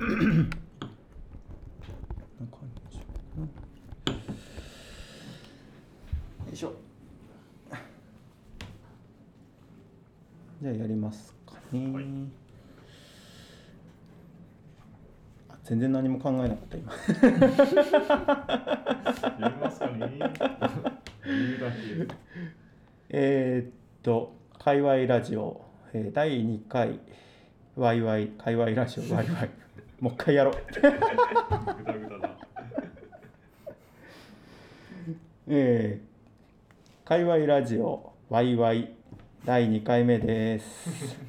いしょ。じゃあやりますかね、はい、全然何も考えなかった今やりますかね言うだけ界隈ラジオ、第2回ワイワイ界隈ラジオワイワイもう一回やろうぐだぐだだ界隈ラジオワイワイ第2回目です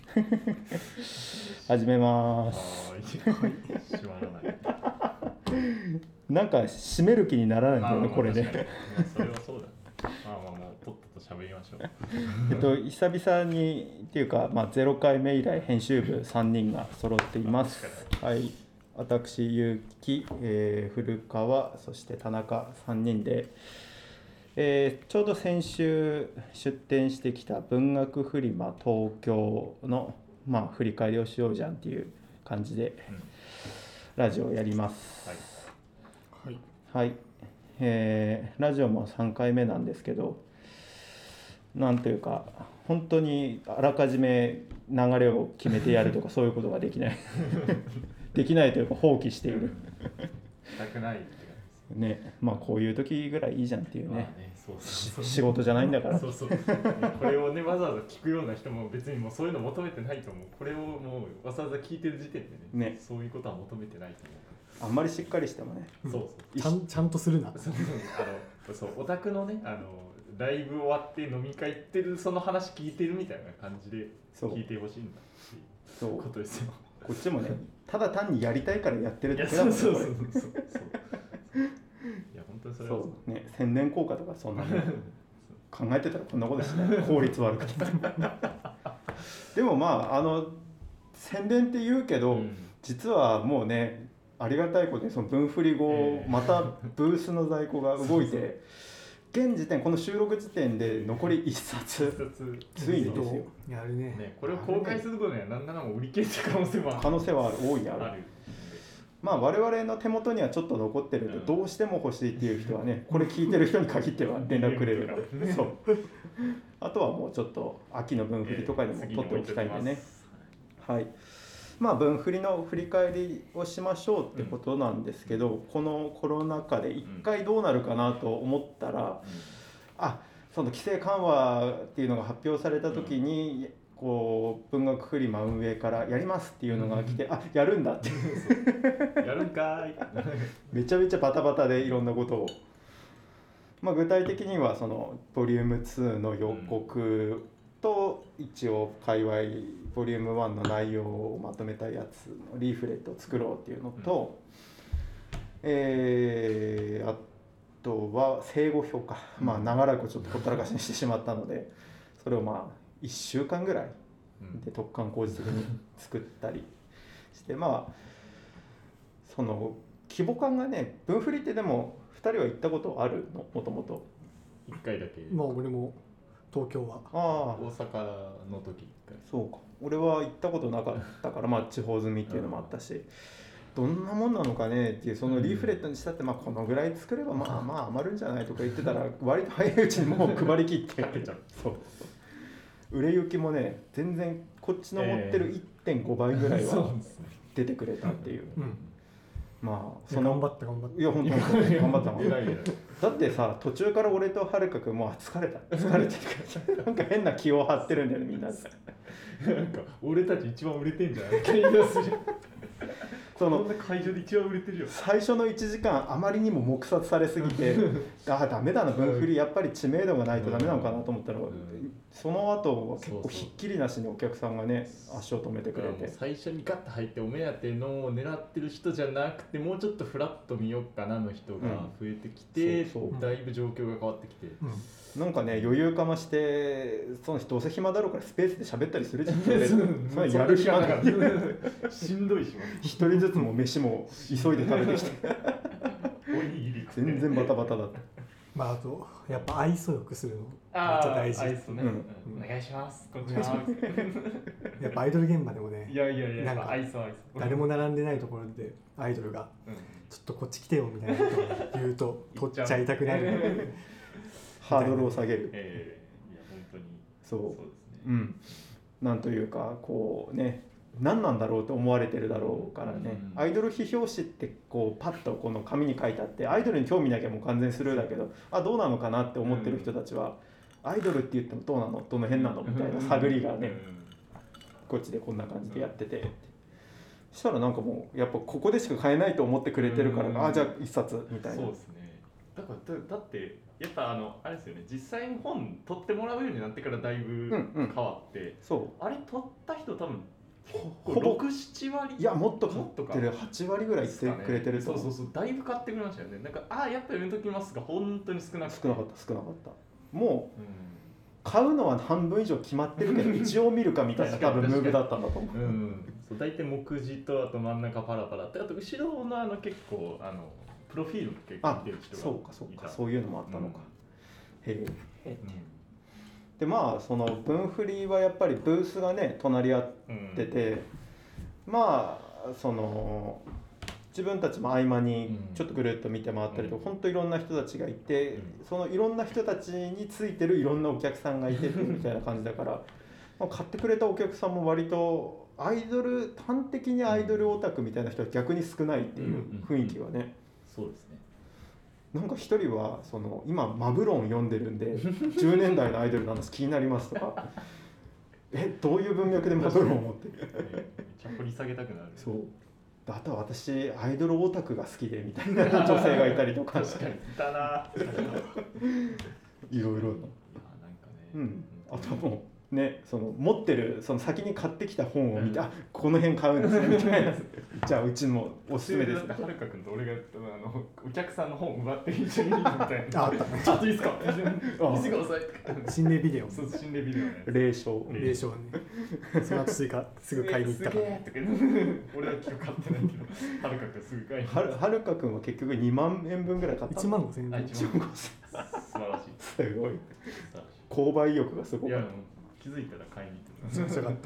始めます。 閉まらないなんか閉める気にならないんだよね、これで、 それはそうだ。もうとっとと喋りましょう久々にっていうか、0回目以来編集部3人が揃っています。はい、私結城、古川そして田中3人で、ちょうど先週出展してきた文学フリマ東京の、振り返りをしようじゃんっていう感じでラジオをやります。はいはい、ラジオも3回目なんですけど、なんというか本当にあらかじめ流れを決めてやるとかそういうことができないできないというか放棄しているしたくないね。こういう時ぐらいいいじゃんっていうね、 そう仕事じゃないんだからそうこれをねわざわざ聞くような人も別にもうそういうの求めてないと思う。これをもうわざわざ聞いてる時点で ねそういうことは求めてないと思う。 あんまりしっかりしてもね、 ちゃんとするな。 そうオタクのねライブ終わって飲み会行ってるその話聞いてるみたいな感じで聞いてほしいんだっていうことですよ。 こっちもねただ単にやりたいからやってるだけだもんね。 そういや本当にそれはそうね、宣伝効果とかそんなの考えてたらこんなことしない効率悪くてでも宣伝って言うけど、実はもうねありがたいことにその分振り後、またブースの在庫が動いて現時点この収録時点で残り1冊ついにですよ。 やるね。 これを公開することには何ならもう売り切れてる可能性もある。 可能性は大いにある。我々の手元にはちょっと残ってるんで、どうしても欲しいっていう人はね、これ聞いてる人に限っては連絡くれるそうあとはもうちょっと秋の分振りとかでも取っておきたいんでね。はい、分振りの振り返りをしましょうってことなんですけど、このコロナ禍で一回どうなるかなと思ったら、その規制緩和っていうのが発表された時に、文学フリマ運営からやりますっていうのが来て、やるんだってやるんかいめちゃめちゃバタバタでいろんなことを、具体的にはそのボリューム2の予告と、一応界隈ボリューム1の内容をまとめたやつのリーフレットを作ろうっていうのと、あとは正誤表か、長らくちょっとほったらかしにしてしまったので、それを1週間ぐらいで突貫工事的に作ったりして、その規模感がね、分振りってでも2人は行ったことあるの？もともと 1回だけ。 俺も東京は大阪の時1回。 そうか、俺は行ったことなかったから地方住みっていうのもあったし、どんなもんなのかねっていう、そのリーフレットにしたってこのぐらい作れば余るんじゃないとか言ってたら割と早いうちにもう配り切ってそう売れ行きもね全然こっちの持ってる 1.5 倍ぐらいは出てくれたっていう、 その頑張っていや本当に頑張っただってさ、途中から俺とはるかくんもう疲れてるなんか変な気を張ってるんだよねみんななんか俺たち一番売れてんじゃない気がするその会場で一番売れてるよ。 最初の1時間あまりにも黙殺されすぎてダメだな、分振りやっぱり知名度がないとダメなのかなと思ったら、その後は結構ひっきりなしにお客さんがね足を止めてくれて、 最初にガッと入ってお目当てのを狙ってる人じゃなくて、もうちょっとフラッと見ようかなの人が増えてきて、だいぶ状況が変わってきて、 なんかね余裕かまして、その人どうせ暇だろうからスペースで喋ったりするじゃんそれやる暇がしんどいし一人ずつも飯も急いで食べてきて全然バタバタだった。 まああとやっぱ愛想よくするのめっちゃ大事。 愛想ね、お願いします、こんにちはやっぱアイドル現場でもね、 いやなんか愛想誰も並んでないところでアイドルがちょっとこっち来てよみたいなことを言うと取っちゃいたくなるハードルを下げる。 いや本当にそうですね。 なんというかこうね、何なんだろうと思われてるだろうからね、アイドル批評誌ってこうパッとこの紙に書いてあってアイドルに興味なきゃもう完全スルーだけど、どうなのかなって思ってる人たちは、アイドルって言ってもどうなの、どの辺なのみたいな探りがね、こっちでこんな感じでやってて、そしたらなんかもうやっぱここでしか買えないと思ってくれてるから、じゃあ一冊みたいな。 そうですね。だってやっぱあれですよね、実際に本取ってもらうようになってからだいぶ変わって、あれ取った人多分ほぼ6、7割、 いやもっと買ってる、8割ぐらい言ってくれてると。 そうだいぶ買ってくれましたよね。なんかやっぱやめときますが本当に少なかった。もう、買うのは半分以上決まってるけど一応見るかみたいな多分ムーブだったんだと思う。そう大体目次とあと真ん中パラパラって、あと後ろの結構プロフィールも結構見てる人がそうかそういうのもあったのか。へえ。でまあその分振りはやっぱりブースがね隣り合ってて、まあその自分たちも合間にちょっとぐるっと見て回ったりと、本当いろんな人たちがいて、そのいろんな人たちについてるいろんなお客さんがいてみたいな感じだからまあ買ってくれたお客さんも割とアイドル端的にアイドルオタクみたいな人は逆に少ないっていう雰囲気がね。 そうですね。 なんか一人はその今マブロン読んでるんで10年代のアイドルの話気になりますとかどういう文脈でマブロンを持ってるめっちゃ掘り下げたくなる。 そうあとは私アイドルオタクが好きでみたいな女性がいたりとか確かにいたないろいろな。なんかね、あとはもうね、その持ってるその先に買ってきた本を見て、この辺買うんですねみたいなじゃあうちのおすすめです。 はるか君と俺がお客さんの本奪って一緒に見るみたいな。あったね。ちょっといいですか。見せてください。 心霊ビデオ。 そう心霊ビデオね。 霊障ね。その後すぐ買いに行ったから。 俺は今日買ってないけど、はるか君すぐ買いに。 はるか君は結局2万円分ぐらい買った。 1万5千円。 1万5千円。素晴らしい。 すごい。購買意欲がすごい。 気づいたら買いに行って面白かった。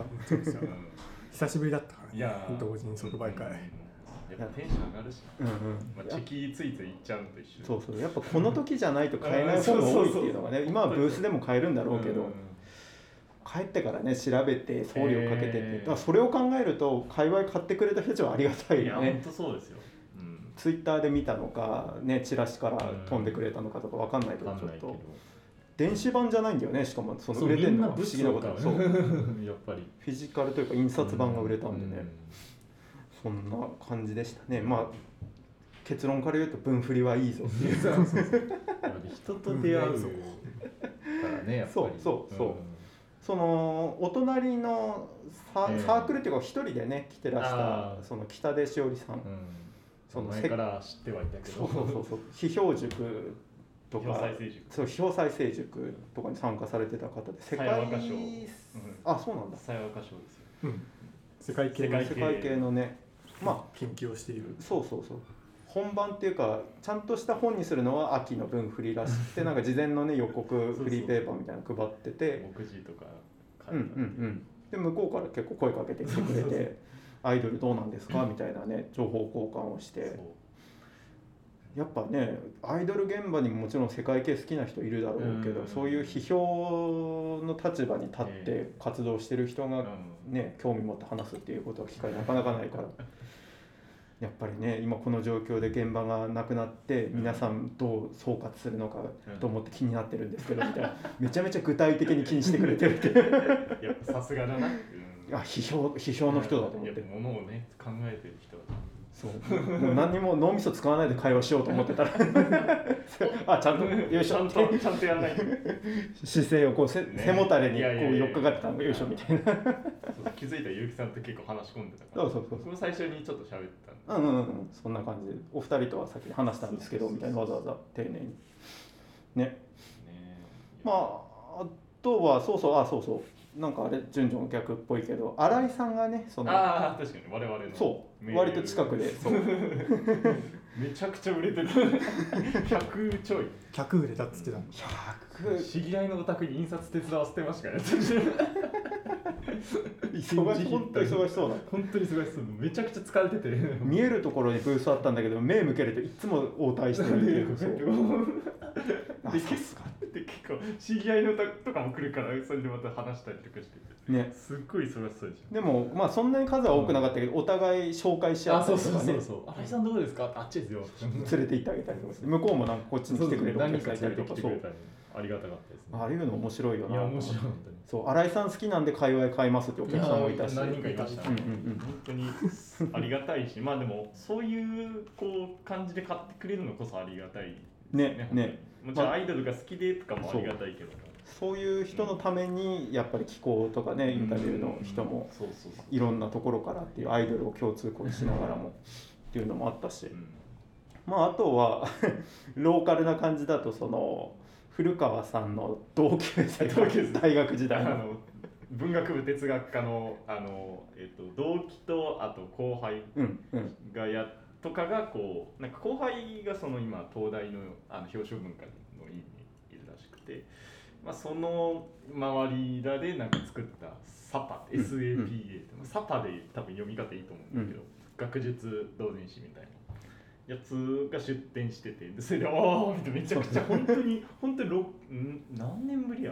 久しぶりだったからね。同時に即売会。 やっぱテンション上がるし、チェキついつい行っちゃうのと一緒。 そうやっぱこの時じゃないと買えない本が多いっていうのがね、今はブースでも買えるんだろうけど、帰ってからね調べて送料かけてって、だからそれを考えると界隈買ってくれた人たちはありがたいよね。 本当そうですよ。 ツイッターで見たのかね、チラシから飛んでくれたのかとかわかんないけど、ちょっと電子版じゃないんだよね。しかもその売れてるのが不思議なことだ。そうやっぱりフィジカルというか印刷版が売れたんでね、そんな感じでしたね。まあ結論から言うと分振りはいいぞっていう。 人と出会うからね、やっぱり。 そのお隣のサークルっていうか一人でね来てらしたその北出しおりさん、 その前から知ってはいたけど、 批評塾とか、批評再生塾とかに参加されてた方で、 世界和歌賞、 そうなんだ。 世界和歌賞ですよ。 世界系のね、 研究をしている。 そう本番っていうかちゃんとした本にするのは秋の分振りらしくて、なんか事前のね予告フリーペーパーみたいなの配ってて、 目次とかで向こうから結構声かけてきてくれてアイドルどうなんですかみたいなね情報交換をして、やっぱねアイドル現場にももちろん世界系好きな人いるだろうけど、そういう批評の立場に立って活動してる人がね興味持って話すっていうことは機会なかなかないから。やっぱりね今この状況で現場がなくなって皆さんどう総括するのかと思って気になってるんですけどみたいな、めちゃめちゃ具体的に気にしてくれてるってやっぱさすがだな。 批評の人だと思って、 ものをね考えてる人だと。 そうもう何にも脳みそ使わないで会話しようと思ってたらちゃんとよいしょちゃんとやらない姿勢をこう背もたれにこう寄っかかってたのがよいしょみたいな気づいたら結城さんと結構話し込んでたから、僕も最初にちょっと喋ってたそんな感じでお二人とは先に話したんですけどみたいな、わざわざ丁寧にね。まああとはそうそうなんかあれ順序の逆っぽいけど新井さんがねそのああ確かに我々のそう割と近くでそうめちゃくちゃ売れてる100ちょい 100売れたっつってたの知り合いのお宅に印刷手伝わせてましたからね本当に忙しそうな本当に忙しそうめちゃくちゃ疲れてて見えるところにブースあったんだけど目向けるといつも応対してるっていうそうで結構知り合いのお宅とかも来るからそれでまた話したりとかしてねすっごい忙しそうでしょでもまあそんなに数は多くなかったけど、お互い紹介し合ったりとかね新井さんどこですかあっちですよ連れて行ってあげたりとかして向こうもなんかこっちに来てくれるお客さんいたりとかそうありがたかったですねああいうの面白いよな。 いや面白い本当にそう新井さん好きなんで界隈買いますってお客さんもいたし何人かいましたね、本当にありがたいしまあでもそういうこう感じで買ってくれるのこそありがたいですねもちろんアイドルが好きでとかもありがたいけどそういう人のためにやっぱり気候とかねインタビューの人もいろんなところからっていうアイドルを共通項にしながらもっていうのもあったし、まああとはローカルな感じだとその古川さんの同級生大学時代の文学部哲学科の同期とあと後輩がとかがこうなんか後輩がその今東大の表彰文化の院にいるらしくて、まあ、その周りらでなんか作ったサパ SAPA サパで多分読み方いいと思うんだけど、学術同人誌みたいな。やつが出展しててでそれでめちゃくちゃ本当に何年ぶりや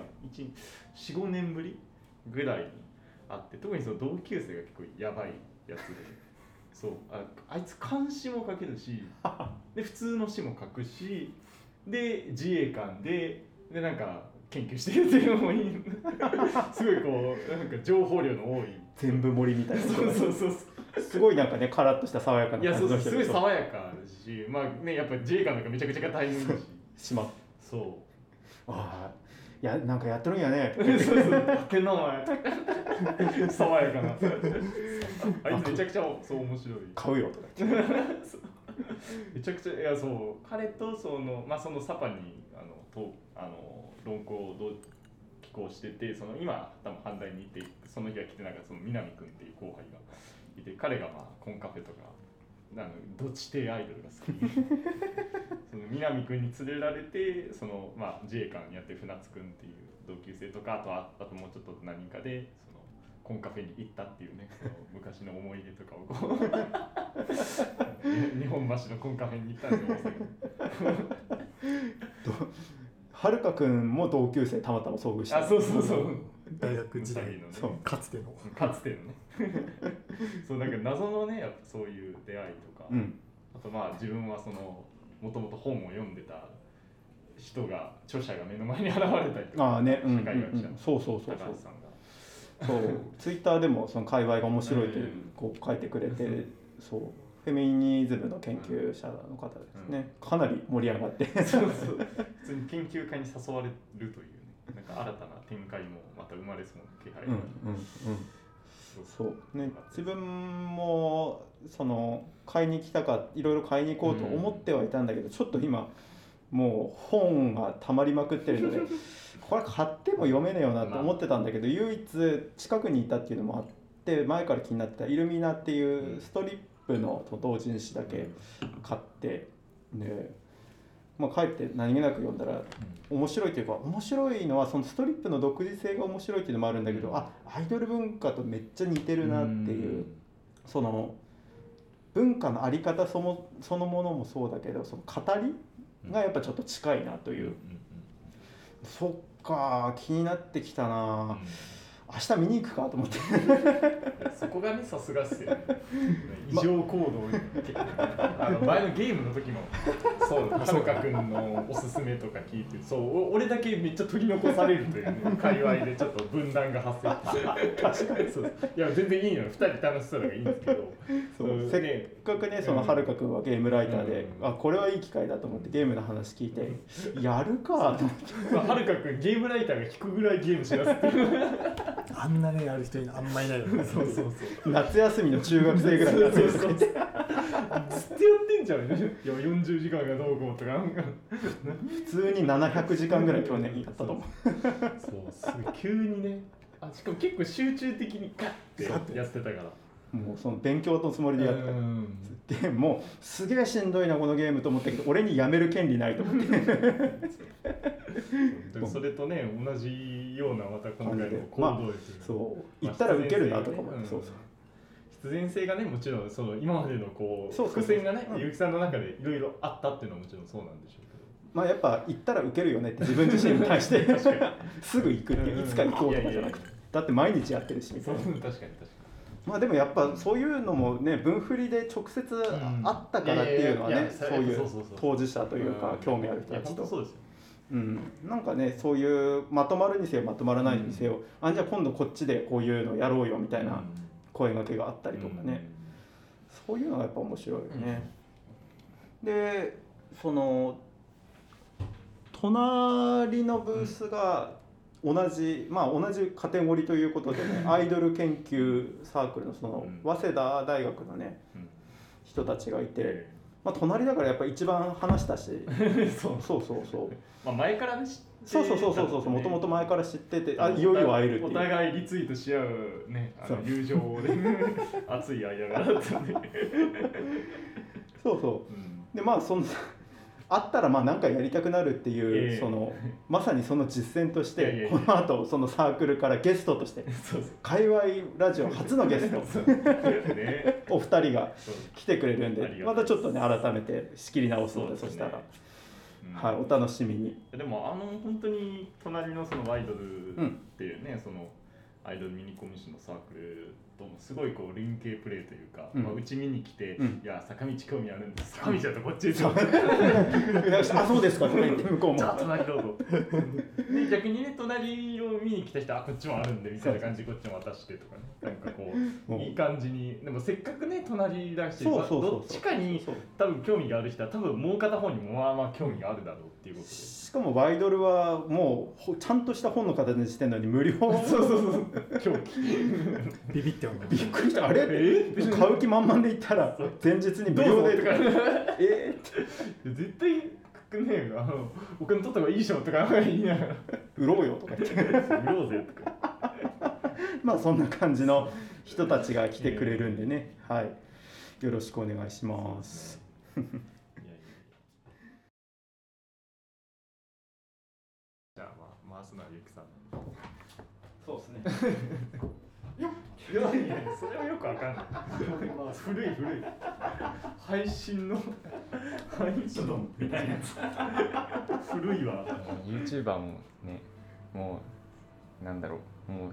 4,5 年ぶりぐらいにあって特にその同級生が結構やばいやつでそうあいつ漢詩も書けるしで普通の詩も書くしで自衛官でなんか研究してるっていうのもいいすごいこうなんか情報量の多い全部盛りみたいなそうすごいなんかねカラッとした爽やかな感じの人すごい爽やかだしまあねやっぱ自衛官なんかめちゃくちゃ大変だししまそうああいやなんかやってるんやね手の前爽やかなあいつめちゃくちゃそう面白い買うよとか言ってめちゃくちゃいやそう彼とそのまあそのサパに論考を寄稿しててその今多分阪大にいてその日は来てなんかその南くんっていう後輩がいて彼がまあコンカフェとかど地底アイドルが好きその南くんに連れられてその、まあ、自衛官やってる船津くんっていう同級生とかあともうちょっと何人かでそのコンカフェに行ったっていうねその昔の思い出とかをこう日本橋のコンカフェに行ったんですよはるかくんも同級生たまたま遭遇したそう大学時代のねかつてのねそうなんか謎のねやっぱそういう出会いとか、あとまあ自分はそのもともと本を読んでた人が著者が目の前に現れたりとか、社会学者のそう高橋さんがそうツイッターでもその界隈が面白いってこう書いてくれて、そうフェミニズムの研究者の方ですね、かなり盛り上がって普通に研究会に誘われるというねなんか新たな展開もまた生まれそうな気配がそうね、自分もその買いに来たかいろいろ買いに行こうと思ってはいたんだけど、ちょっと今もう本がたまりまくってるのでこれ買っても読めねえよなと思ってたんだけど、唯一近くにいたっていうのもあって前から気になってたイルミナっていうストリップの同人誌だけ買ってで、まあ、帰って何気なく読んだら面白いというか面白いのはそのストリップの独自性が面白いっていうのもあるんだけど、アイドル文化とめっちゃ似てるなっていう、その文化の在り方そのものもそうだけどその語りがやっぱちょっと近いなという、そっか気になってきたな、明日見に行くかと思ってそこがねさすがっすよね異常行動前のゲームの時もそうはるかくんのおすすめとか聞いてそう俺だけめっちゃ取り残されるというね界隈でちょっと分断が発生して確かにそういや全然いいのよ2人楽しそうだからいいんですけどせっかくねそのはるかくんはゲームライターで、これはいい機会だと思ってゲームの話聞いて、やるかと思ってはるかくんゲームライターが聞くぐらいゲームしだすっていうあんなねやる人あんまいないよねそう夏休みの中学生ぐらいずっとやってんじゃんいや40時間がどうこうとか普通に700時間ぐらい去年やったと思うそうすごい急にねしかも結構集中的にガッてやってたから。 もうその勉強のつもりでやってた。でもうすげえしんどいなこのゲームと思ったけど、俺にやめる権利ないと思ってそれとね同じようなまた今回の行動力、 そう言ったらウケるなとかも、そうそう必然性がねもちろんその今までのこう伏線がね結城さんの中でいろいろあったっていうのはもちろんそうなんでしょうけど、 まあやっぱ言ったらウケるよねって自分自身に対してすぐ行くっていう、いつか行こうとかじゃなくて、だって毎日やってるしみたいな。 確かにまあでもやっぱそういうのもね、分振りで直接あったからっていうのはね、そういう当事者というか興味ある人たちと、なんかね、そういうまとまるにせよまとまらないにせよ、じゃあ今度こっちでこういうのやろうよみたいな声掛けがあったりとかね、そういうのがやっぱ面白いよね。でその隣のブースが同じカテゴリーということでね、アイドル研究サークルのその早稲田大学のね、人たちがいて、隣だからやっぱ一番話したしそう、 前からね知ってそうもともと前から知ってて、いよいよ会えるっていう、 お互いリツイートし合うね、友情で熱い間柄だったんでそう、でそんなあったら何かやりたくなるっていう、そのまさにその実践として、この後そのサークルからゲストとして界隈ラジオ初のゲストお二人が来てくれるんで、またちょっとね改めて仕切り直すので、そしたらはい、お楽しみに。 でも本当に隣のそのアイドルっていうね、そのアイドルミニコミッションのサークルともすごいこう連携プレーというか、うち見に来て、いや坂道興味あるんです、坂道だとこっちですよあ、そうですかとか言って向こうもじゃあ隣どうぞで逆にね、隣を見に来た人こっちもあるんでみたいな感じでこっちも渡してとかね、なんかこういい感じに。でもせっかくね隣だし、どっちかに多分興味がある人は多分もう片方にも興味があるだろうっていうことで、 しかもワイドルはもうちゃんとした本の形にしてるのに無料そう狂気ビビってびっくりした。あれ買う気満々で行ったら前日に無料で絶対ねお金取った方がいいでしょとか言いながら売ろうよとか言って売ろうぜとかそんな感じの人たちが来てくれるんでね、はい、よろしくお願いします。 じゃあ回すのはゆきさん。 そうですねいやそれはよくわかんない古い配信のみたいなやつ古いわ。 YouTuber もね、もうなんだろう、もう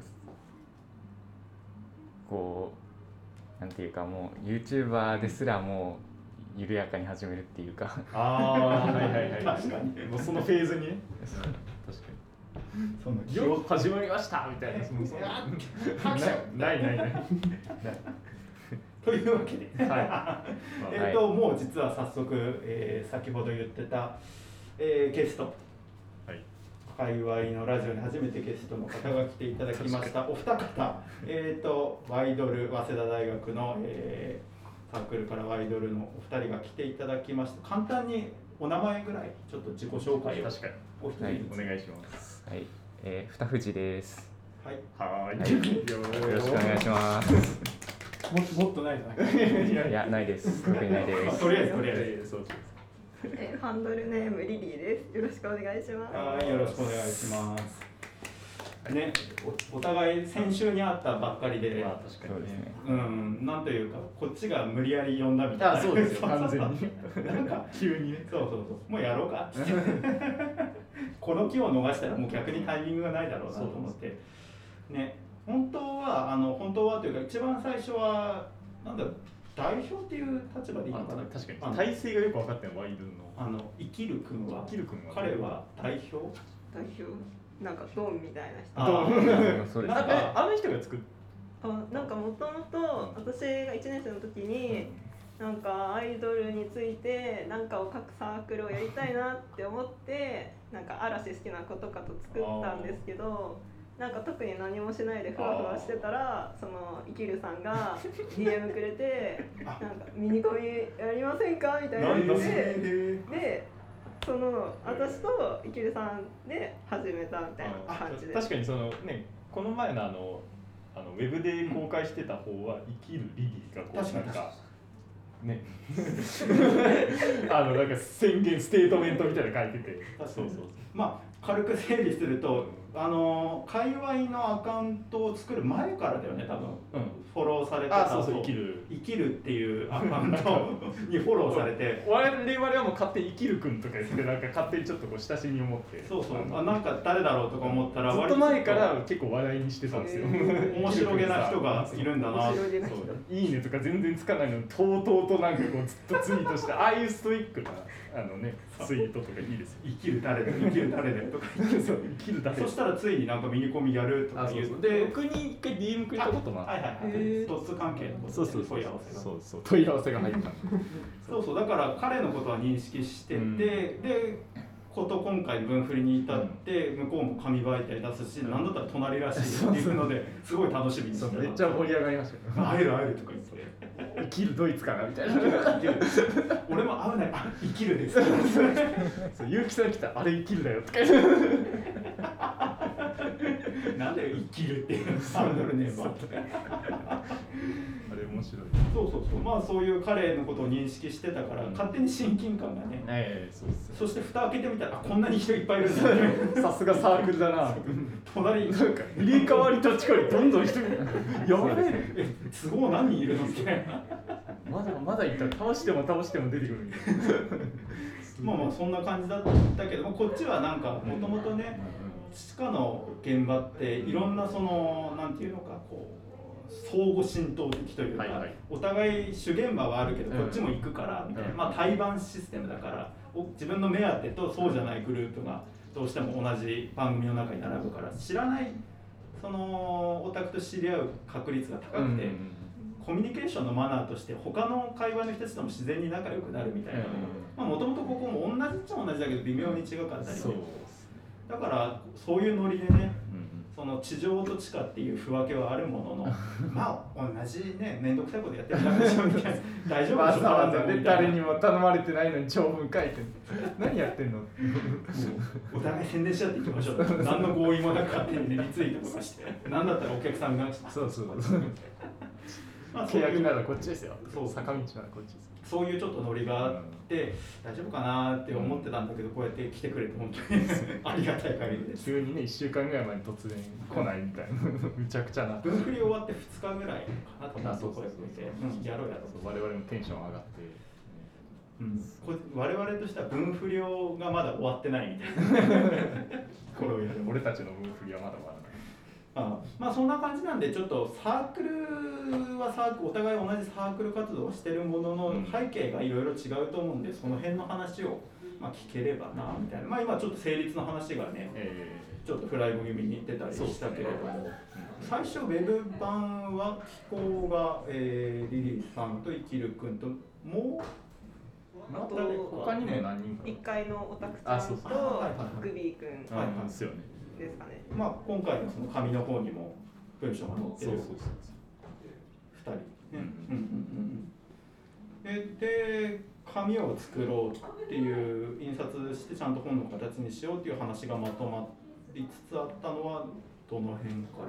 こうなんていうか、もう YouTuber ですらもう緩やかに始めるっていうかはい確かにもうそのフェーズにね確かにそのよく始まりましたみたいな、ないというわけで、もう実は早速、先ほど言ってた、ゲスト、界隈のラジオに初めてゲストの方が来ていただきました。お二方、ワイドル早稲田大学の、サークルからワイドルのお二人が来ていただきました。簡単にお名前ぐらいちょっと自己紹介をお一人お願いします。 はい、二藤です。 はい。 よろしくお願いします。 もっとないじゃない。 いや、ないです。特にないです。 とりあえずそうです。ハンドルネームリリーです。よろしくお願いします。 はい、よろしくお願いします。ね、お互い先週に会ったばっかりで、 確かにね、 なんというかこっちが無理やり呼んだみたいな。 そうですよ、完全に。なんか急にね。 そうもうやろうかって。この機を逃したらもう逆にタイミングがないだろうなと思って。ね、本当はというか一番最初はなんだろう、代表っていう立場でいいのかな。 確かに。体制がよく分かってないワイドルの。 生きる君は彼は代表。 なんかドンみたいな人。なんかあの人が作る。 なんかもともと私が1年生の時になんかアイドルについてなんかを書くサークルをやりたいなって思ってなんか嵐好きな子とかと作ったんですけど、なんか特に何もしないでふわふわしてたらそのイキルさんが DM くれてなんかミニコミやりませんかみたいな言ってで私とイキルさんで始めたみたいな感じで。 確かにそのねこの前のウェブで公開してた方は生きるリリーがこうなんかねなんか宣言ステートメントみたいなの書いてて、そうまあ軽く整理すると、界隈のアカウントを作る前からだよね多分、フォローされてた生きるっていうアカウントにフォローされて我々はもう勝手に生きるくんとか言ってなんか勝手にちょっとこう親しみを持ってなんか誰だろうとか思ったらずっと前から結構話題にしてたんですよ。 面白げな人がいるんだな。 いいねとか全然つかないのにとうとうとなんかこうずっとツイートしてああいうストイックなツイートとかいいですよ。 生きる誰だよとか言ってそう生きる誰だよ。 そしたらついになんかミニコミやるとか言って僕に一回 DM くれたこともあって、 トツ関係のそう問い合わせが問い合わせが入ったんでそうだから彼のことは認識してて、で今回分振りに至って向こうも紙媒体出すし、なんだったら隣らしいっていうのですごい楽しみにしてめっちゃ盛り上がりましたよ。 会えるとか言って生きるドイツかなみたいな。 俺も会うない生きるですそう結城さん来たあれ生きるだよとか言ってなんで生きるっていうハンドルネームあれ面白い。 そうまあそういう彼のことを認識してたから勝手に親近感がね、そして蓋開けてみたらこんなに人いっぱいいるんだねさすがサークルだな。 隣になんか入れ替わり立ち替わりどんどん人がやべえ都合何人いるのってまだいたら倒しても出てくるみたいなまあそんな感じだったけども、こっちはなんかもともとね地下の現場っていろんななんていうのかこう相互浸透的というか、お互い主現場はあるけどこっちも行くからみたいな、まあ対バンシステムだから自分の目当てとそうじゃないグループがどうしても同じ番組の中に並ぶから知らないオタクと知り合う確率が高くて、コミュニケーションのマナーとして他の会話の人たちとも自然に仲良くなるみたいな、もともとここも同じっちゃ同じだけど微妙に違かったりで、だからそういうノリでね、その地上と地下っていう不分けはあるもののまあ同じね面倒くさいことやってるだけでしょみたいな大丈夫でしょわざわざね誰にも頼まれてないのに長文書いて何やってんのお互い宣伝し合っていきましょう何の合意もなく勝手にねリツイートとかして何だったらお客さんがそうまあ契約ならこっちですよ。坂道ならこっちです。 そういうちょっとノリがあって、大丈夫かなって思ってたんだけど、こうやって来てくれて本当にありがたい限りです。 急にね1週間ぐらい前に突然来ないみたいなむちゃくちゃな。 分振り終わって2日ぐらいかなと思ってこれ見て、やろう我々もテンション上がって。 我々としては分不良がまだ終わってないみたいなこれをやる俺たちの分不良はまだ終わらない。 まあそんな感じなんでちょっとサークルはお互い同じサークル活動をしてるものの背景がいろいろ違うと思うんでその辺の話を聞ければなみたいな、まあ今ちょっと成立の話がね、ちょっとフライブ気味に出たりしたけれども、最初ウェブ版は機構が、リリーさんと生きるくんともうあと他にも何人か 1階のオタクちゃんとグビーくんですよね。 ですかね。 まあ今回のその紙の方にも文章が載ってる2人ね。で紙を作ろうっていう印刷してちゃんと本の形にしようっていう話がまとまりつつあったのはどの辺から？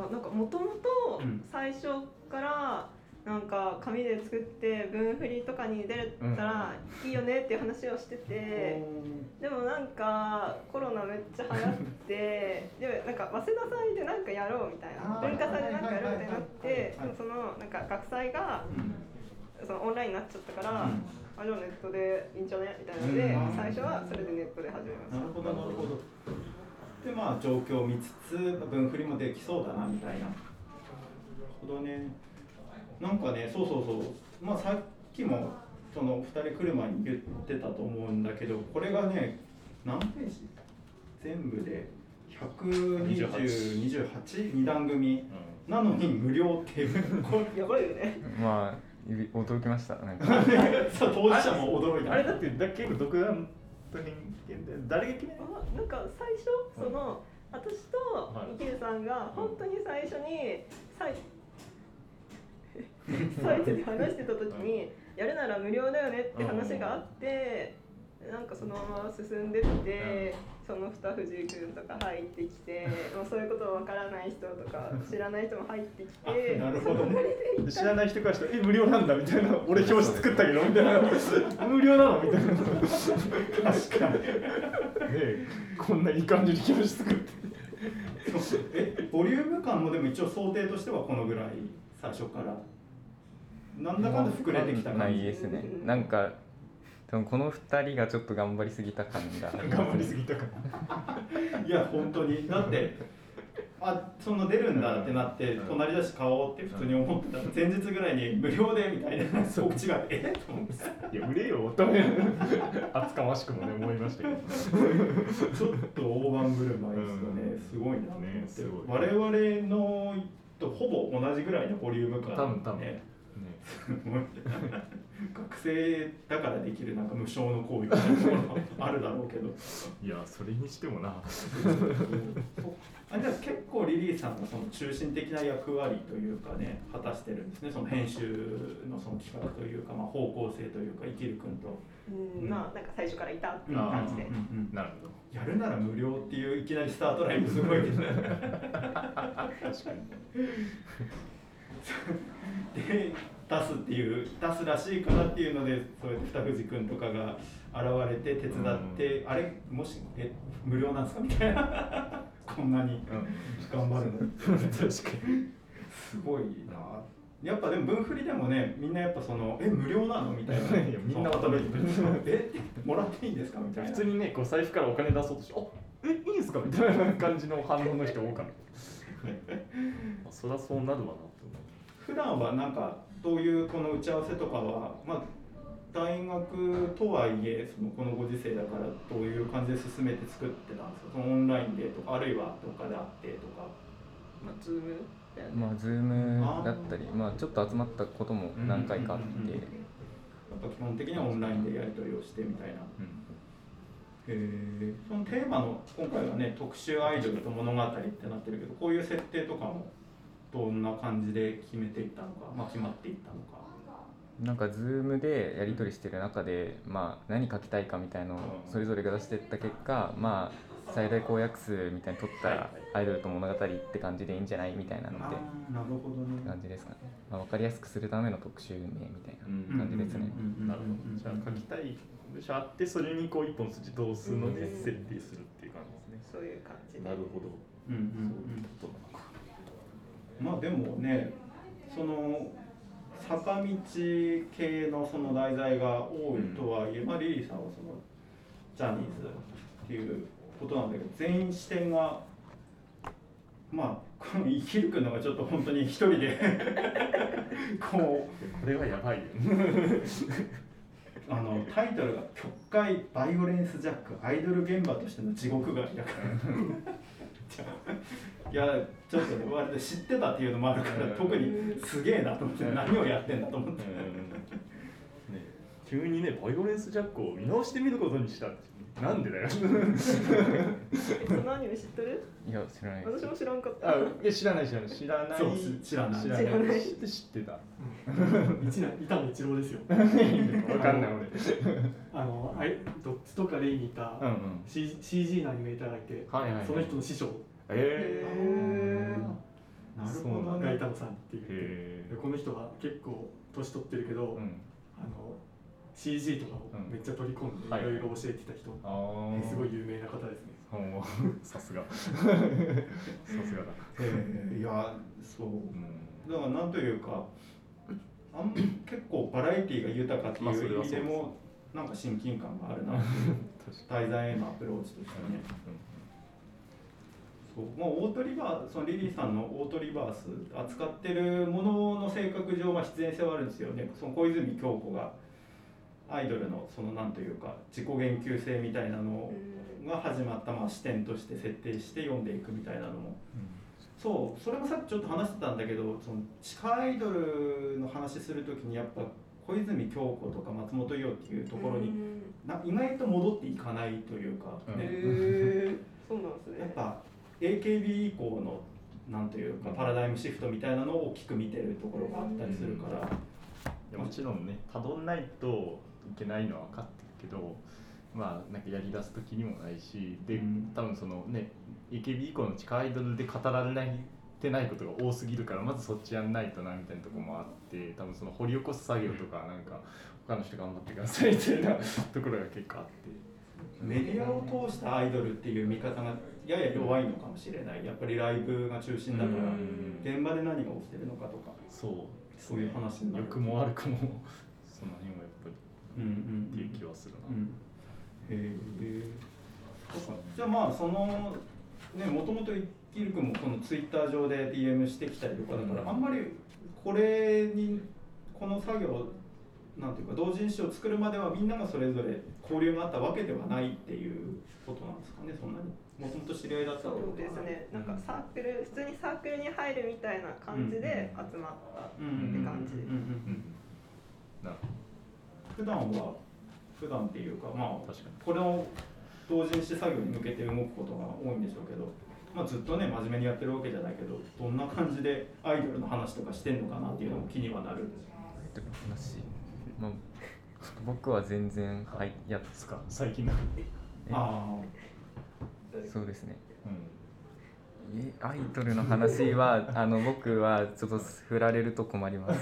なんかもともと最初からなんか紙で作って文振りとかに出れたらいいよねっていう話をしてて、でもなんかコロナめっちゃ流行ってでなんか早稲田祭でなんかやろうみたいな文化祭でなんかやろうってなってそのなんか学祭がそのオンラインになっちゃったから、じゃあネットでいいんじゃねみたいなので最初はそれでネットで始めました。 なるほどなるほど。でまあ状況を見つつ文振りもできそうだなみたいな。なるほどね。なんかね、まあさっきもその2人来る前に言ってたと思うんだけど、これがね、何ページ全部で120、28、2段組、なのに無料っていう、 これやばいよね。 まあ、驚きました。なんかそう当事者も驚いた。 あれだって結構独断と偏見で、誰が決めなんか最初、その私と生るさんが本当に最初にサイトで話してた時にやるなら無料だよねって話があってなんかそのまま進んでってその二藤井君とか入ってきてもうそういうことわからない人とか知らない人も入ってきてなるほどね知らない人からしたら無料なんだみたいな俺表紙作ったけどみたいな無料なのみたいな確かにこんないい感じに表紙作ってボリューム感もでも一応想定としてはこのぐらい最初からなんだかんだ膨れてきた感じないですね。なんか多分この2人がちょっと頑張りすぎた感が頑張りすぎたかいや本当にだってその出るんだってなって隣だし買おうって普通に思ってたら前日ぐらいに無料でみたいな告知がと思っていや売れよと厚かましくもね思いましたけどちょっと大盤振る舞いですよね、すごいなと思って、我々のとほぼ同じぐらいのボリューム感多分ね学生だからできるなんか無償の行為みたいなものあるだろうけどいやそれにしてもなじゃあ結構リリーさんがその中心的な役割というかね果たしてるんですね。その編集のその企画というか、まあ、方向性というか生きる君とまあなんか最初からいたっていう感じで、 なるほどやるなら無料っていういきなりスタートラインもすごいですね確かにで出すらしいからっていうのでそうやって二藤君とかが現れて手伝って、あれもし無料なんですかみたいなこんなに頑張るの確かにすごいな。やっぱでも分振りでもねみんなやっぱその無料なのみたいなみんな驚いてるもらっていいんですかみたいな普通にねこう財布からお金出そうとしていいんですかみたいな感じの反応の人多かったそりゃそうなるわなと思う。 普段はなんかどういうこの打ち合わせとかはまあ大学とはいえこのご時世だからどういう感じで進めて作ってたんですか。オンラインでとかあるいはどっかであってとか。 ズームまあズームだったりまあちょっと集まったことも何回かあって、 やっぱ基本的にはオンラインでやり取りをしてみたいな。そのテーマの今回はね特集アイドルと物語ってなってるけどこういう設定とかもどんな感じで決めていったのか、まあ、決まっていったのか。 なんかズームでやり取りしてる中で、まあ、何書きたいかみたいのをそれぞれが出していった結果、まあ最大公約数みたいに取ったアイドルと物語って感じでいいんじゃないみたいなのでなるほどね感じですかね。まあ、分かりやすくするための特集名みたいな感じですね。 なるほど。じゃあ書きたい文章あってそれにこう一本筋通すので設定するっていう感じですね。 そういう感じで。 なるほど。そういうことなのか。 まあでもねその坂道系のその題材が多いとはいえ、まあリリーさんはそのジャニーズっていうことなんだけど全員視点がまあこの生きるくんのがちょっと本当に一人でこれはやばいよタイトルが「曲解バイオレンスジャックアイドル現場としての地獄狩り」だからいやちょっとね割と知ってたっていうのもあるから特にすげえなと思って何をやってんだと思って、 急にねバイオレンスジャックを見直してみることにしたなんでだよそのアニメ知ってる？ いや知らない。 私も知らんかった。 いや知らないそう知らない知らない知ってた板野一郎ですよわかんない俺ドッツとかレイにいた CG のアニメーターがいて、その人の師匠なるほどねが板野さんっていうこの人は結構年取ってるけど、CG とかをめっちゃ取り込んでいろいろ教えてた人、すごい有名な方ですね。 さすがさすがだ。 いやそうだからなんというか結構バラエティーが豊かっていう意味でもなんか親近感があるな題材へのアプローチとしてね。もうオートリバーそのリリーさんのオートリバース扱ってるものの性格上必然性はあるんですよね。その小泉京子がアイドルのそのなんというか自己言及性みたいなのが始まったまあ視点として設定して読んでいくみたいなのも、それもさっきちょっと話してたんだけどその地下アイドルの話するときにやっぱ小泉京子とか松本伊代っていうところに意外と戻っていかないというか、 そうなんですね。 やっぱAKB 以降のなんというかパラダイムシフトみたいなのを大きく見てるところがあったりするから、 もちろんねたどんないといけないのは分かってるけどまあなんかやりだす時にもないし、で多分そのね AKB 以降の地下アイドルで語られてないことが多すぎるから、まずそっちやんないとなみたいなところもあって、多分その掘り起こす作業とかなんか他の人頑張ってくださいみたいなところが結構あって、 メディアを通したアイドルっていう見方がやや弱いのかもしれない。やっぱりライブが中心だから現場で何が起きてるのかとか、そういう話になる。 欲も悪くもその辺はやっぱりっていう気はするな。 じゃあまあそのね、もともと生きるくんもこのツイッター上で DM してきたりとかだから、あんまりこの作業なんていうか同人誌を作るまではみんながそれぞれ交流があったわけではないっていうことなんですかね。そんなにもともと知り合いだったってことですね。なんかサークル、普通にサークルに入るみたいな感じで集まったって感じです。 普段っていうか、まあこれを同人誌作業に向けて動くことが多いんでしょうけど、まあ、ずっとね真面目にやってるわけじゃないけど、どんな感じでアイドルの話とかしてんのかなっていうのも気にはなる。アイドルの話、まあ、僕は全然やつか最近なそうですね、アイドルの話は僕はちょっと振られると困ります。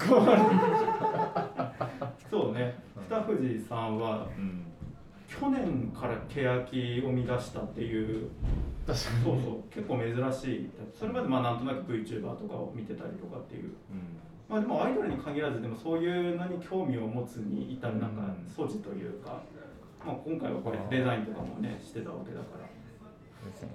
そうね、北藤さんは、去年から欅を生み出したっていう、結構珍しい。それまでまあなんとなく VTuber とかを見てたりとかっていう、まあでもアイドルに限らずでもそういうのに興味を持つに至るなんか素地というか、まあ、今回はこれデザインとかもねしてたわけだから。 そうですね。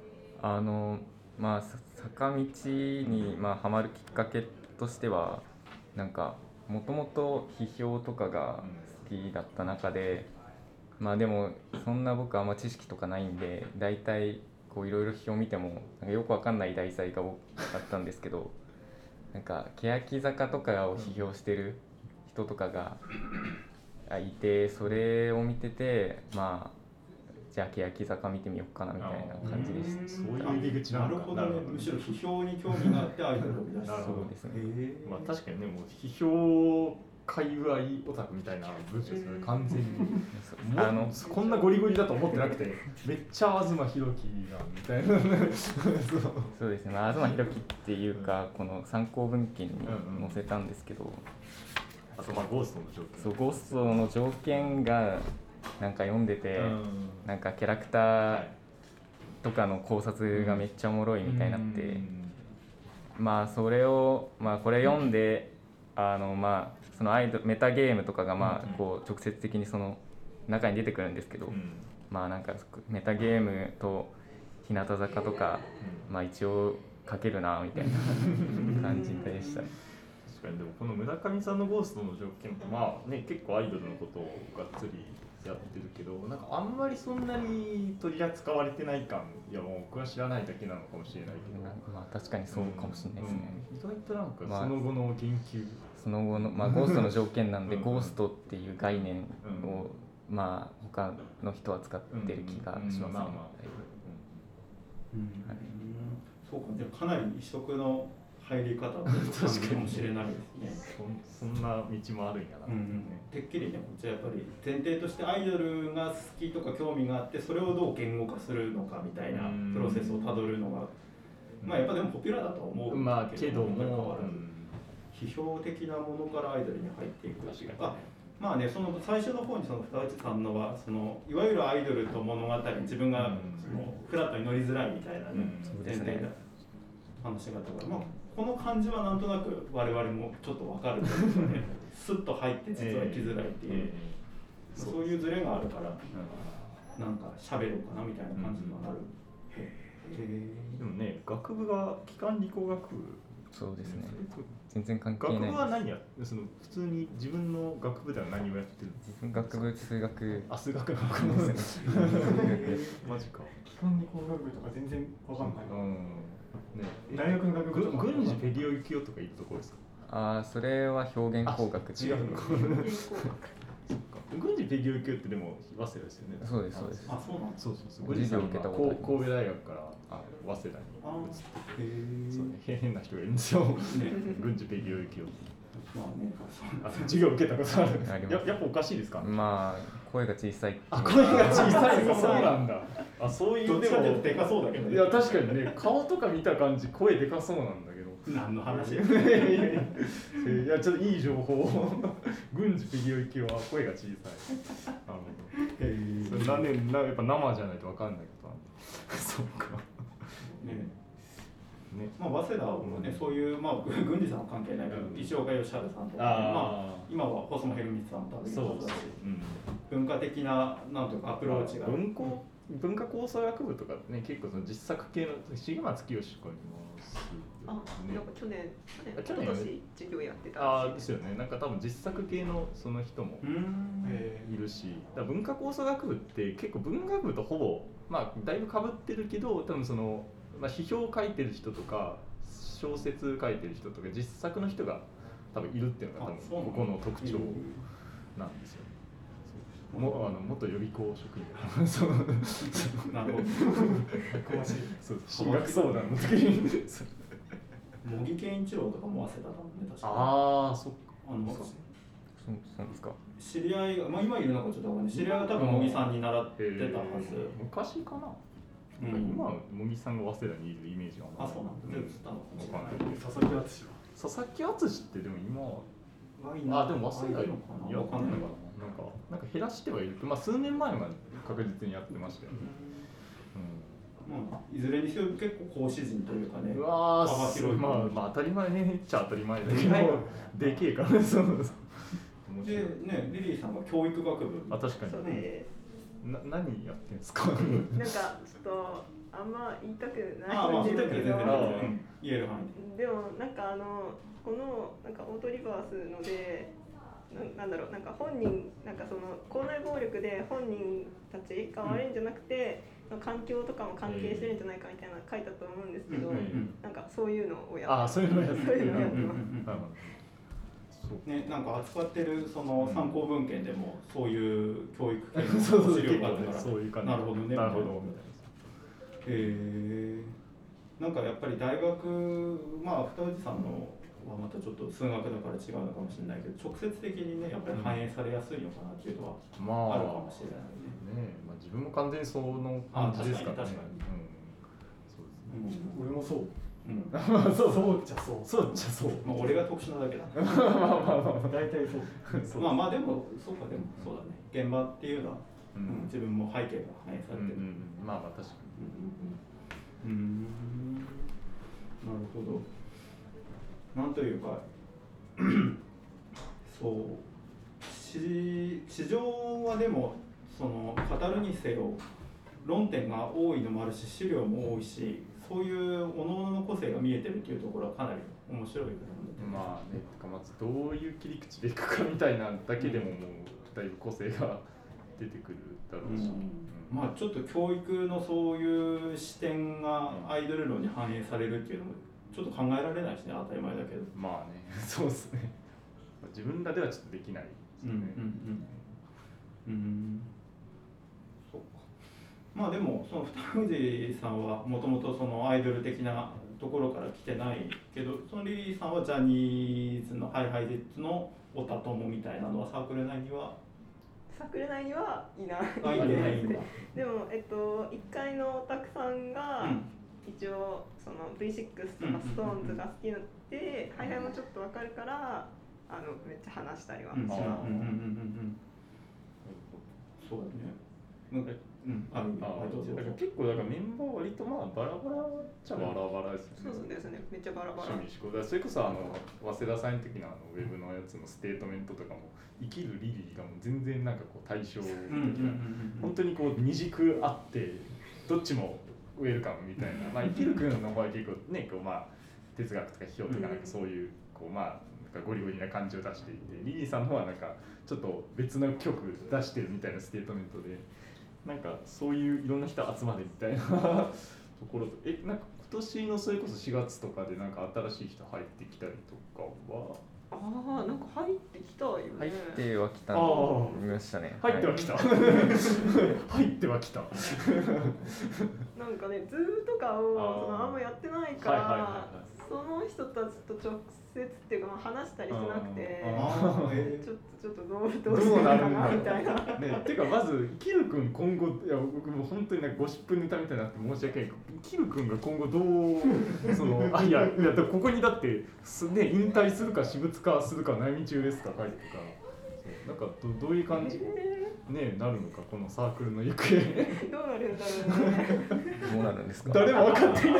まあ坂道にまあハマるきっかけとしては、なんかもともと批評とかが好きだった中で、まあでもそんな僕あんま知識とかないんで、大体こういろいろ批評を見てもなんかよくわかんない題材が多かったんですけど、なんか欅坂とかを批評してる人とかがいて、それを見てて、まあじゃあ欅坂見てみようかなみたいな感じでした。 そういう入り口なのか。 なるほどね。むしろ批評に興味があってアイドルを生み出した。 そうですね。 まあ確かにね、もう批評界隈オタクみたいな文章ですよね、完全に。こんなゴリゴリだと思ってなくて、めっちゃ東博樹がみたいな。 そうですね、まあ、東博樹っていうか、この参考文献に載せたんですけど、 あとまあゴーストの条件。 そう、ゴーストの条件がなんか読んでて、なんかキャラクターとかの考察がめっちゃおもろいみたいになって、まあそれを、まあこれ読んで、まあそのメタゲームとかがまあこう直接的にその中に出てくるんですけど、まあなんかメタゲームと日向坂とか、まあ一応書けるなみたいな感じでした。 確かに。でもこの村上さんのゴーストの条件ってまあね、結構アイドルのことをがっつりやってるけど、なんかあんまりそんなに取り扱われてない感、いやもう僕は知らないだけなのかもしれないけど、 まあ確かにそうかもしれないですね。 意外となんかその後の研究、 その後のまあゴーストの条件なんでゴーストっていう概念をまあ他の人は使ってる気がしますね。 そうか、じゃあかなり異色の入り方っていう感じかもしれないですね。 そんな道もあるんやな、 てっきりね、じゃあやっぱり前提としてアイドルが好きとか興味があって、それをどう言語化するのかみたいなプロセスをたどるのが、まあやっぱでもポピュラーだと思うけども、 批評的なものからアイドルに入っていくっていうか、まあね、その最初の方にその二内さんのはそのいわゆるアイドルと物語、自分がそのフラットに乗りづらいみたいな前提で話があったから、まあこの感じはなんとなく我々もちょっと分かるというかね、スッと入って実は行きづらいっていう、そういうズレがあるからなんか喋ろうかなみたいな感じにはなる。 でもね、学部が機関理工学部。 そうですね。全然関係ない。 学部は何や、その普通に自分の学部では何をやってるの？ 自分学部数学。 数学の学部ですね。マジか。 機関理工学部とか全然わかんない。 ね、 大学の学部とか軍事ペディオ行きよとかいるところですか？ ああ、それは表現工学。 違うの。軍事ペディオ行きよってでも早稲田ですよね。 そうですそうです。 あ、そうなんです。 そう。 授業受けたことあります。 神戸大学から早稲田に移ってて、そうね、変な人がいるんですよ。軍事ペディオ行きよ。 まあね、 授業受けたことある。やっぱおかしいですか？ まあ声が小さい。 声が小さい。そうなんだ。そういうでもでかそうだけどね。 いや確かにね、顔とか見た感じ声でかそうなんだけど。 何の話？いやちょっといい情報。軍事フィギュア行きは声が小さい。やっぱ生じゃないと分かんないことなんで。そうか。 ね。まあ早稲田もね、そういうまあ郡司さんは関係ないけど、石岡義治さんとか、まあ今は細間博光さんとかそうだし、文化的ななんというかアプローチが。 文化構想学部とかね、結構その実作系の重松清とかいます。 なんか去年授業やってた。 ですよね。なんか多分実作系のその人もいるし、だから文化構想学部って結構文学部とほぼまあだいぶ被ってるけど、多分そのまあ批評を書いてる人とか小説書いてる人とか実作の人が多分いるっていうのが多分ここの特徴なんですよね。元予備校職員そうなるほど進学相談の時に茂木健一郎とかも早稲田だもんね、確かに。 そっか。 そうですか。 知り合いが、まあ今いるのかちょっとわかんない。知り合いが多分茂木さんに習ってたはず。 昔かな。今茂木さんが早稲田にいるイメージがあ、そうなんだ。で移ったのかもしれない。 佐々木敦ってでも今でも早稲田にやってないのかな。なんか減らしてはいる。まあ数年前は確実にやってましたよね。 まあいずれにせよ結構講師陣というかね。 幅広い。まあ当たり前ねっちゃ当たり前だけど、でけえからね。 でね、リリーさんが教育学部。 確かに。 そうね。 何やってんですか？ なんかちょっとあんま言いたくないんですけど、 言える範囲で。でもなんかこのなんかオートリバースので。なんだろう、なんか本人なんかその校内暴力で本人たちが悪いんじゃなくて、環境とかも関係してるんじゃないかみたいな書いたと思うんですけど、なんかそういうのをやってそういうのをやってますね。なんか扱ってるその参考文献でもそういう教育系の資料があるから、 そういう感じ。 なるほどね。 なるほど。 なんかやっぱり大学、まあ二氏さんのはまたちょっと数学だから違うのかもしれないけど、直接的にねやっぱり反映されやすいのかなっていうのはあるかもしれないね。 まあ自分も完全にその感じですからね。 そうですね。俺もそう。 そうっちゃそう。 そうっちゃそう。 まあ俺が特殊なだけだ。 大体そう。 まあでもそうか、でもそうだね。現場っていうのは自分も背景が反映されてる。 まあ確かに。 なるほど。なんというかそう市場はでもその語るにせよ論点が多いのもあるし資料も多いし、そういう各々の個性が見えてるっていうところはかなり面白いかな。 まあね、まずどういう切り口でいくかみたいなだけでももうだいぶ個性が出てくるだろうし、 まあちょっと教育のそういう視点がアイドル論に反映されるっていうのもちょっと考えられないしね、当たり前だけど。 まあね、そうですね。自分らではちょっとできないですね。 そうか。まあでもその二藤さんはもともとそのアイドル的なところから来てないけど、そのリリーさんはジャニーズのHiＨiJetsのオタ友みたいなのはサークル内にはいない。 でも1階のオタクさんが、一応その V6 とか SixTONES が好きで、ハイハイもちょっとわかるからめっちゃ話したりはします。 そうだね。 結構だからメンバー割とまあバラバラっちゃバラバラですよね。 そうですね。めっちゃバラバラ。 趣味思考だ。それこそ早稲田さんの時のウェブのやつのステートメントとかも生きるリリーがもう全然なんかこう対象的な、本当にこう二軸あってどっちもウェルカムみたいな。まあ生きる君の場合結構ねこうまあ哲学とか批評とかなんかそういうこうまあゴリゴリな感じを出していて、リリーさんの方はなんかちょっと別の曲出してるみたいなステートメントで、なんかそういういろんな人集まれみたいなところと、なんか今年のそれこそ4月とかでなんか新しい人入ってきたりとかは。 なんか入ってきたよね。 入ってはきた見ましたね。 入ってはきた。入ってはきた。 なんかね、ズームとかをあんまやってないから、 その人たちと直接っていうか、まあ、話したりしなくてちょっとどうしようかなみたいな。 ね、てかまずキル君今後、いや僕も本当になんかゴシップネタみたいになって申し訳ないけど、キル君が今後どうそのいやここにだってね、引退するか私物化するか悩み中ですか書いてるから、なんかどういう感じ、ね、なるのかこのサークルの行方どうなるんだろうね。 どうなるんですか。 誰も分かっていない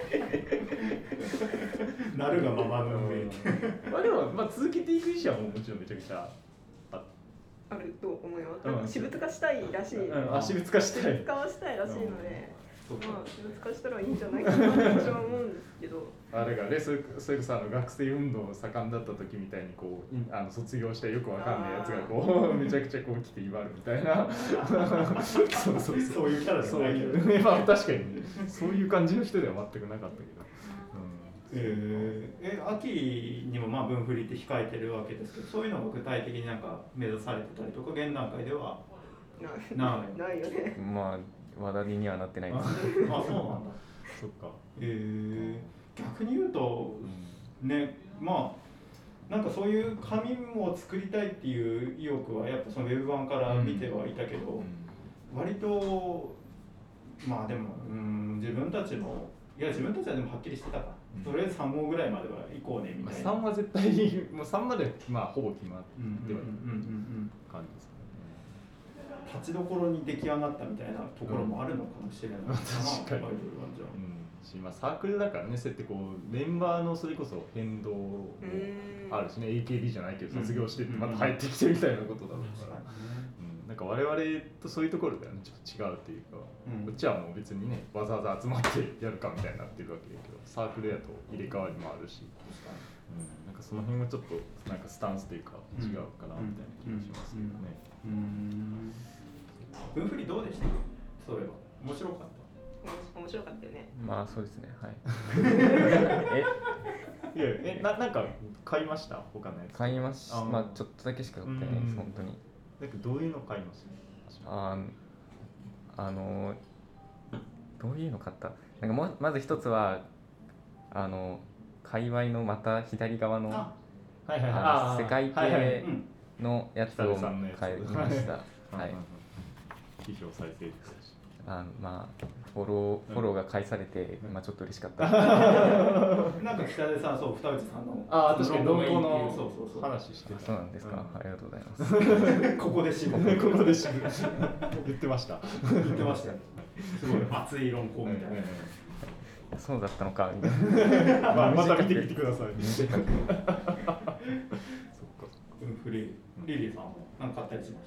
なるがままの上まあでも、まあ、続けていく意思はもちろんめちゃくちゃあると思います。なんか私物化したいらしい。 私物化したい。 私物化はしたいらしいので、まあ私物化したらいいんじゃないかなって私は思うんですけど。 あれがね、それこそ学生運動盛んだった時みたいにこう卒業してよくわかんないやつがこうめちゃくちゃこう来て威張るみたいなそういうキャラじゃないけどね。まあ確かにそういう感じの人では全くなかったけど。 秋にもまあ分振りって控えてるわけですけど、そういうのが具体的になんか目指されてたりとか現段階ではないよね。 まあ話題にはなってないです。 あ、そうなんだ。 そっか。 逆に言うと、ね、まあなんかそういう紙も作りたいっていう意欲はやっぱそのウェブ版から見てはいたけど、割とまあでも自分たちはでもはっきりしてたか。とりあえず3号ぐらいまでは行こうねみたいな。 3は絶対もう3までまあほぼ決まってはいる感じですね。 立ちどころに出来上がったみたいなところもあるのかもしれないな。 確かに。まあサークルだからね、そうやってこうメンバーのそれこそ変動もあるしね、AKB じゃないけど卒業してってまた入ってきてみたいなことだろうから。なんか我々とそういうところではねちょっと違うというか、こっちはもう別にねわざわざ集まってやるかみたいになってるわけだけど、サークルだと入れ替わりもあるし、なんかその辺はちょっとなんかスタンスというか違うかなみたいな気がしますけどね。 分振りどうでした？そういえば面白かった。 面白かったよね。 まあそうですね、はい。 なんか買いました他のやつ？ 買いました。まあちょっとだけしか買ってないです本当に。 どういうの買いました？ どういうの買った？なんかまず一つは界隈のまた左側の世界系のやつを買いました。はい。 批評されてる。 まあフォローが返されて、まあちょっと嬉しかった。 なんか北出さん、そう二内さんの確かに論考の話してそうなんですか。ありがとうございます。 ここで渋言ってました。 すごい熱い論考みたいな。 そうだったのかみたいな。 また見てきてください。 そっか。リリーさんも何か買ったりしました？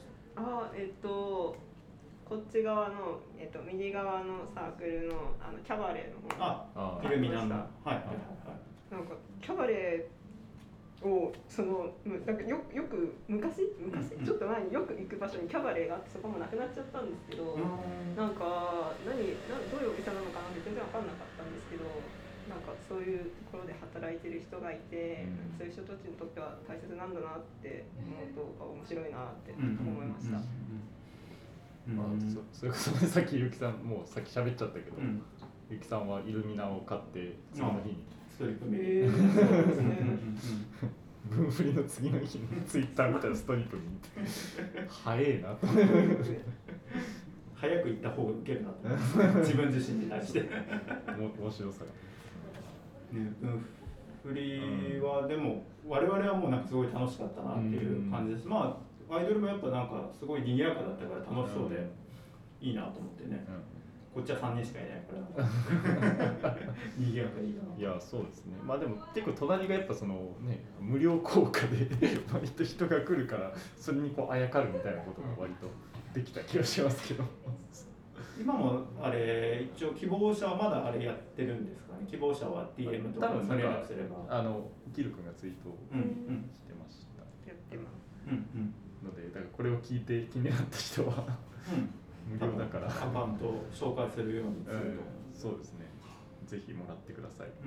こっち側の、右側のサークルのキャバレーの方イルミナンダ。なんかキャバレーをなんかよく昔ちょっと前によく行く場所にキャバレーがあって、そこもなくなっちゃったんですけど、なんかどういうお店なのかなって全然分かんなかったんですけど、なんかそういうところで働いてる人がいて、そういう人たちにとっては大切なんだなって思うと面白いなって思いました。 それこそさっきゆきさんもうさっき喋っちゃったけど、ゆきさんはイルミナを買って次の日にストリップ見て、 分振りの次の日にツイッター見たらストリップ見て早えなと早く行った方がウケるなと自分自身に対して面白さが分振りはでも我々はもうなんかすごい楽しかったなっていう感じです。まあアイドルもやっぱなんかすごい賑やかだったから楽しそうでいいなと思ってね。こっちは3人しかいないから賑やかでいいな。 いやそうですね。まあでも結構隣がやっぱそのね無料効果で割と人が来るからそれにこうあやかるみたいなことが割とできた気がしますけど。 今もあれ一応希望者はまだあれやってるんですかね。希望者は DM とか連絡すれば。 キル君がツイートしてました。 やってます。 のでだからこれを聞いて気になった人は無料だからアカウントを紹介するようにすると、そうですね。ぜひもらってください。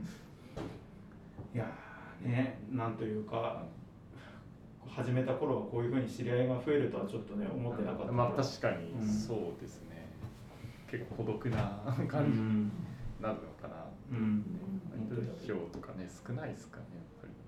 いやね、なんというか始めた頃はこういうふうに知り合いが増えるとはちょっとね思ってなかった。 まあ確かにそうですね。結構孤独な感じになるのかな。 票とかね少ないですかねやっぱり。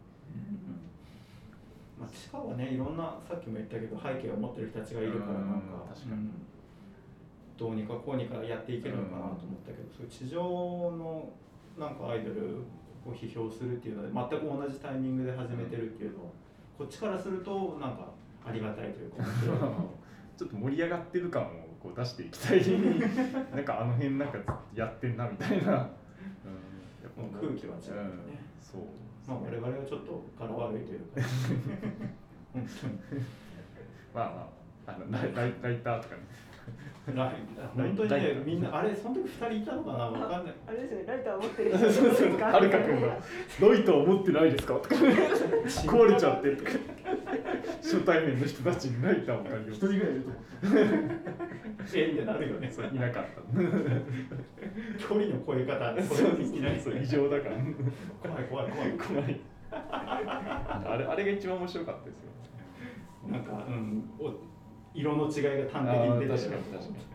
まあ、地下はねいろんなさっきも言ったけど背景を持ってる人たちがいるからなんか確かに、 どうにかこうにかやっていけるのかなと思ったけど、そういう地上のなんかアイドルを批評するっていうので全く同じタイミングで始めてるっていうのはこっちからするとなんかありがたいというかちょっと盛り上がってる感をこう出していきたいなんかあの辺なんかやってんなみたいな、やっぱ空気は違うよね、 そう、 まあ我々はちょっと柄悪いというかまあライターとかね本当にねみんなあれその時2人いたのかなわかんないあれですねライター持ってる人ですかはるか君がライター持ってないですかとか壊れちゃってとか初対面の人たちにライターを借りよう 1人ぐらいいると思ってってなるよねそういなかった距離の超え方でそれいきなりそう異常だから怖いあれが一番面白かったですよなんか、色の違いが端的に出てる。 確かにそうか。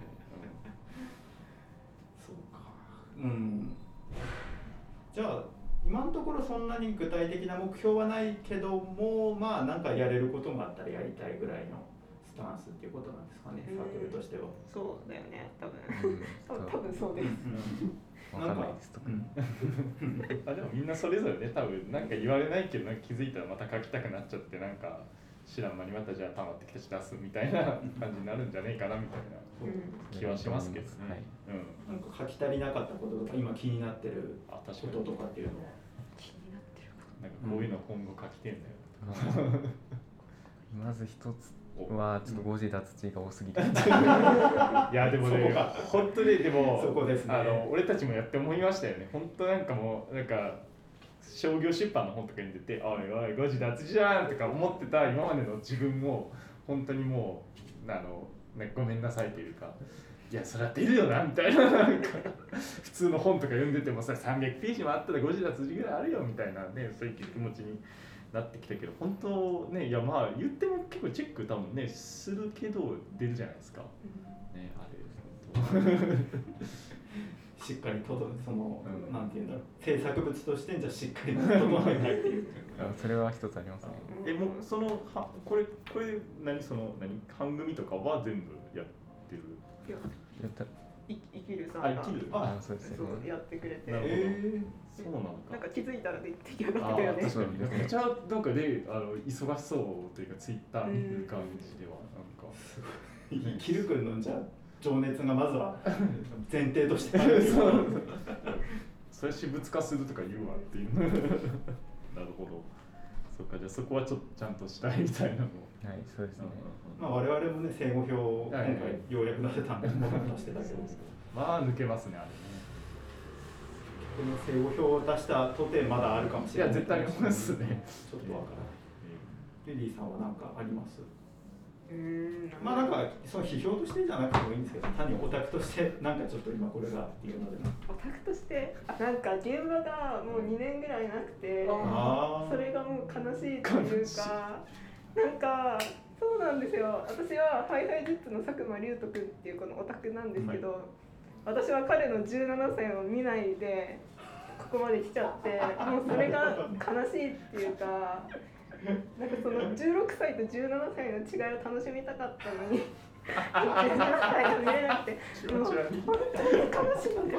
じゃあ今のところそんなに具体的な目標はないけども、まあなんかやれることがあったらやりたいぐらいのスタンスっていうことなんですかね、サークルとしては。 そうだよね、多分そうです。 わかんないです。 でもみんなそれぞれね、多分なんか言われないけどなんか気づいたらまた書きたくなっちゃってなんか。知らん間にまたじゃあ溜まってきたし出すみたいな感じになるんじゃねえかなみたいな気はしますけどね。 なんか書き足りなかったこととか今気になってることとかっていうのは気になってるなんかこういうの今後書きてんだよ。 まず一つはちょっと誤字脱字が多すぎて。いやでもね本当にでもそこですね。 俺たちもやって思いましたよね。本当なんかもうなんか。商業出版の本とかに出て「おいおい誤字脱字じゃん」とか思ってた今までの自分も本当にもうごめんなさいというか「いやそれは出るよな」みたいななんか普通の本とか読んでてもさ300ページもあったら誤字脱字ぐらいあるよみたいなねそういう気持ちになってきたけど本当ねいやまあ言っても結構チェック多分ねするけど出るじゃないですか。ねあれしっかりその、なんていうんだろう制作物としてじゃしっかり整えないっていうそれは一つありますね。 もうそのこれ班組とかは全部やってる。 生きるさんがそうですね。 やってくれて。 そうなんだ。 なんか気づいたら出来上がってたよね。 確かに。めちゃなんかで忙しそうというかツイッター見る感じではなんかすごい生きるくんのじゃ情熱がまずは前提としてあるそれ私物化するとか言うわっていうなるほどそっかじゃあそこはちょっとちゃんとしたいみたいなのはいそうですねまあ我々もね正誤表を今回ようやく出せたんでもの出してたけどまあ抜けますねあれねこの正誤表を出したとてまだあるかもしれないいや絶対ありますねちょっとわからないリリーさんは何かありますまあなんかその批評としてじゃなくてもいいんですけど単にオタクとしてなんかちょっと今これがっていうのでオタクとしてなんか現場がもう2年ぐらいなくてそれがもう悲しいというかなんかそうなんですよ私はＨｉＨｉＪetsの佐久間龍斗君っていうこのオタクなんですけど、私は彼の17歳を見ないでここまで来ちゃってもうそれが悲しいっていうかなんかその16歳と17歳の違いを楽しみたかったのに17歳が見れなくてもう本当に悲しいのです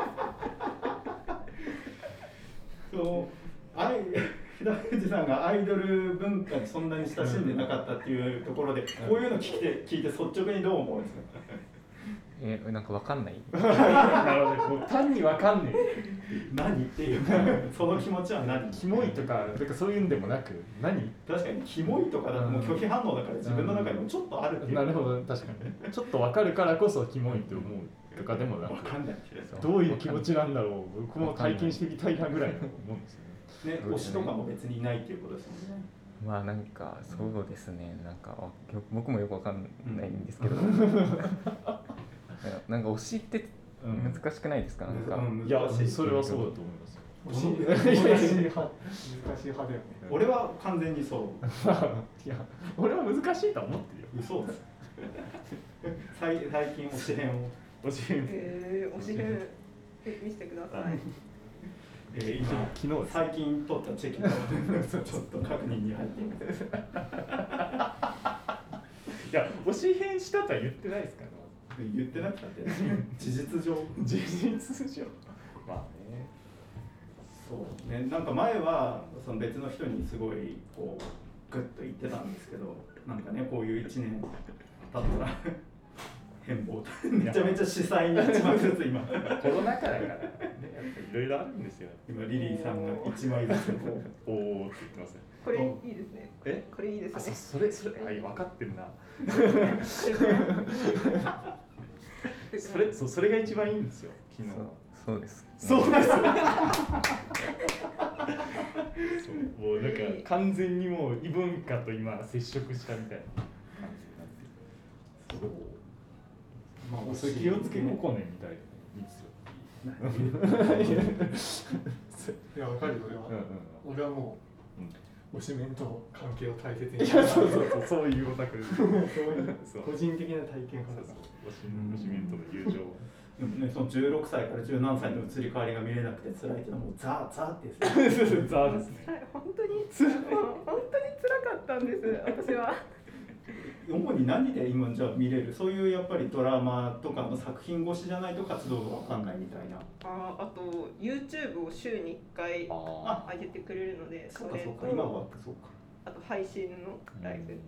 平藤さんがアイドル文化にそんなに親しんでなかったっていうところでこういうの聞いて率直にどう思うんですかなんかわかんないなるほどもう単にわかんねえ何っていうかその気持ちは何キモいとかそういうんでもなく何確かにキモいとかだともう拒否反応だから自分の中にもちょっとあるっていうなるほど確かにちょっとわかるからこそキモいって思うとかでもなくわかんないどういう気持ちなんだろう僕も体験してみたいなぐらいの思うんですよね推しとかも別にいないっていうことですもんねまあなんかそうですねなんか僕もよくわかんないんですけどなんか推しって難しくないですかなんかいやそれはそうだと思います難しい派だよね俺は完全にそういや俺は難しいと思ってるよ嘘です最近推し編を推し編見せてください今昨日最近取ったチェキのちょっと確認に入っています。 いや推し変したとは言ってないですかね。 言ってなくたって事実上まあね。そうね、なんか前はその別の人にすごいこうグッと言ってたんですけど、なんかねこういう1年経ったら変貌めちゃめちゃ司祭に1枚ずつ今コロナ禍だからね、やっぱいろいろあるんですよ。 今リリーさんが1枚ずつこうおーって言ってますね。 これいいですね。これいいですね。 それ分かってるな。それが一番いいんですよ。昨日。 そうです。 そうです。 もうなんか完全にもう異文化と今接触したみたいな感じになってる。そう。まあお気をつけここねみたいな。いいですよ。 いや分かるよ俺はもう推しメンと関係を大切に。 そういうオタク。 個人的な体験から。 推しメンとの友情。 でもね、その16歳から10何歳の移り変わりが見れなくて辛いっていうのはもうザーってですね。 ザーですね。 本当に辛かったんです。私は。 主に何で今じゃあ見れる？そういうやっぱりドラマとかの作品越しじゃないと活動がわかんないみたいな。 あと YouTube を週に1回上げてくれるので、 そうか今はそうか。 あと配信のライブです。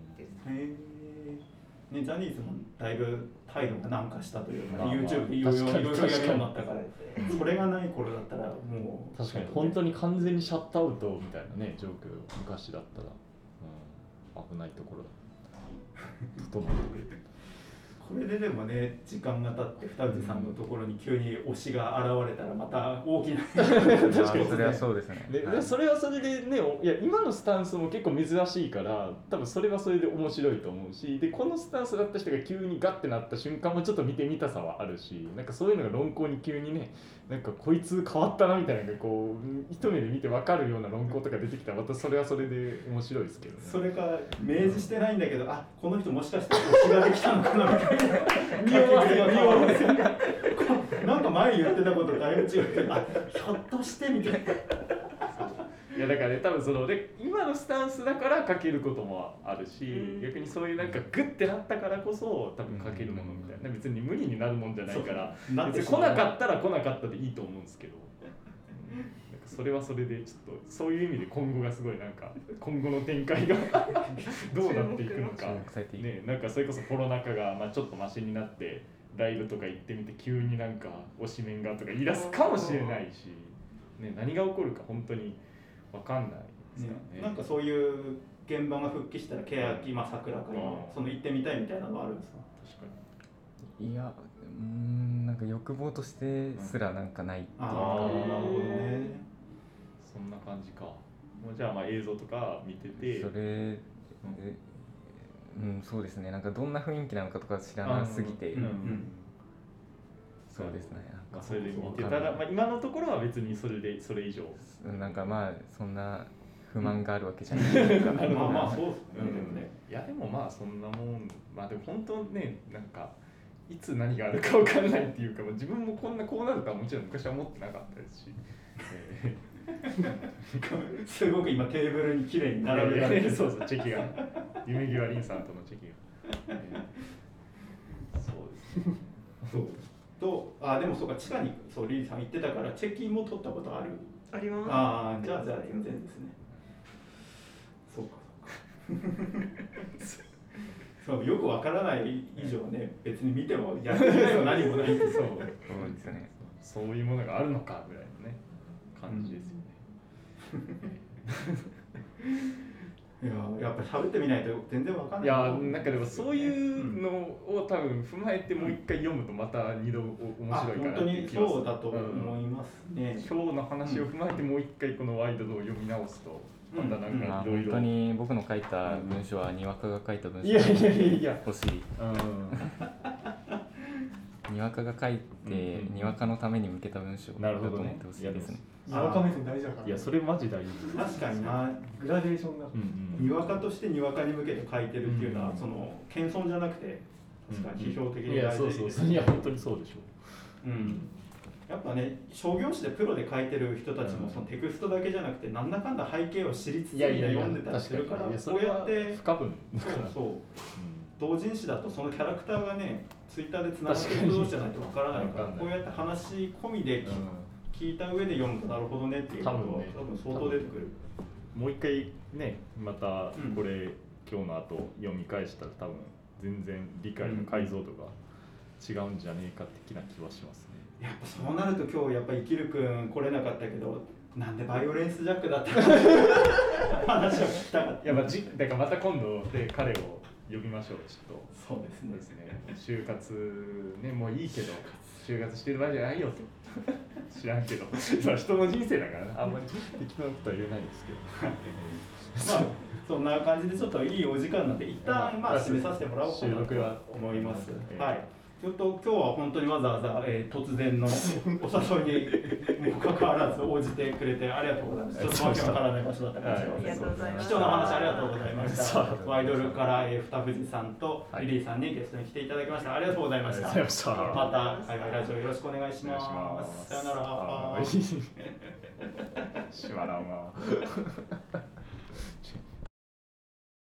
へえ。ね、ジャニーズもだいぶ態度が軟化したというか、YouTube でいろいろやるようになったから、それがない頃だったらもう確かに本当に完全にシャットアウトみたいなね状況昔だったら、危ないところだ。整ってくれて。 これででもね時間が経って二藤さんのところに急に推しが現れたらまた大きな確かにそれはそうですね。 でそれはそれでね、いや今のスタンスも結構珍しいから多分それはそれで面白いと思うし、でこのスタンスだった人が急にガッてなった瞬間もちょっと見てみたさはあるし、なんかそういうのが論考に急にね、なんかこいつ変わったなみたいなのがこう一目で見て分かるような論考とか出てきたらまたそれはそれで面白いですけどね。 それか明示してないんだけど、あこの人もしかして推しができたのかなみたいななんか前言ってたことだいぶ違うけど、あひょっとしてみたいな。 いやだからね、多分そので今のスタンスだから書けることもあるし、逆にそういうなんかグッてなったからこそ多分書けるものみたいな、別に無理になるもんじゃないから別に来なかったら来なかったでいいと思うんですけど、なんかそれはそれでちょっとそういう意味で今後がすごいなんか今後の展開がどうなっていくのか、ね、なんかそれこそコロナ禍がちょっとマシになってライブとか行ってみて急になんか推しメンがとか言い出すかもしれないし、ね、何が起こるか本当に分かんないですからね。 なんかそういう現場が復帰したら欅桜会のその行ってみたいみたいなのはあるんですか？ 確かに。 いやなんか欲望としてすらなんかないっていうか、 なるほどね。 そんな感じか。もうじゃあ映像とか見ててそれそうですね、なんかどんな雰囲気なのかとか知らなすぎて、そうですね、 なんかそれで見てたら、今のところは別にそれ以上なんかそんな不満があるわけじゃないですか。 まあそうですね。 いやでもそんなもん、でも本当ね、なんかいつ何があるか分からないっていうか、自分もこうなるとはもちろん昔は思ってなかったですし、 すごく今テーブルに綺麗に並べられてる。 そうチェキが夢際凛さんとのチェキが、そうですね。 そうとでもそうか、地下にそうリリーさん言ってたからチェキも取ったことある？ あります。 じゃあ全然ですね。そうかそうよくわからない以上ね、別に見てもやってないも何もないんですよ。 そうですね。 そういうものがあるのかぐらいのね感じですよね。やっぱり喋ってみないと全然わかんない。 いやなんかでもそういうのを多分踏まえてもう一回読むとまた二度面白いかなっていう気がする。 本当にそうだと思いますね。 今日の話を踏まえてもう一回このワイドを読み直すとまたなんかいろいろ。 本当に僕の書いた文章はにわかが書いた文章欲しい。にわかが書いてにわかのために向けた文章だと思ってほしいですね。 にわか目線大事だから。 いやそれマジ大事。 確かにな、 グラデーションが。 にわかとしてにわかに向けて書いてるっていうのはその謙遜じゃなくて確かに批評的に大事です。 いや本当にそうでしょう。 やっぱね商業誌でプロで書いてる人たちもそのテクストだけじゃなくてなんだかんだ背景を知りつつ読んでたりするからこうやって不可分そう同人誌だとそのキャラクターがねツイッターでつながってる同士じゃないとわからないからこうやって話込みで聞いた上で読むとなるほどねっていうことは多分相当出てくる。 もう一回ねまたこれ、今日の後読み返したら多分全然理解の解像度が違うんじゃねえか的な気はしますね。 やっぱそうなると今日やっぱ生きるくん来れなかったけどなんでバイオレンスジャックだったの話を聞きたかった。 いや、だからまた今度で彼を呼びましょう。ちょっとそうですね。 就活ねもういいけど就活してる場合じゃないよと知らんけど人の人生だからねあんまり適当なことは言えないですけどまあそんな感じでちょっといいお時間なんで一旦まあ締めさせてもらおうかなと思います。はい。ちょっと今日は本当にわざわざ、突然のお誘いにもかかわらず応じてくれてありがとうございます。ちょっとわけわからない場所だったかもしれません。 ありがとうございます。 貴重な話ありがとうございました。ワイドルから、二藤さんとリリーさんにゲストに来ていただきました。ありがとうございました。また海外ラジオよろしくお願いします。さよなら。 しばらんわ。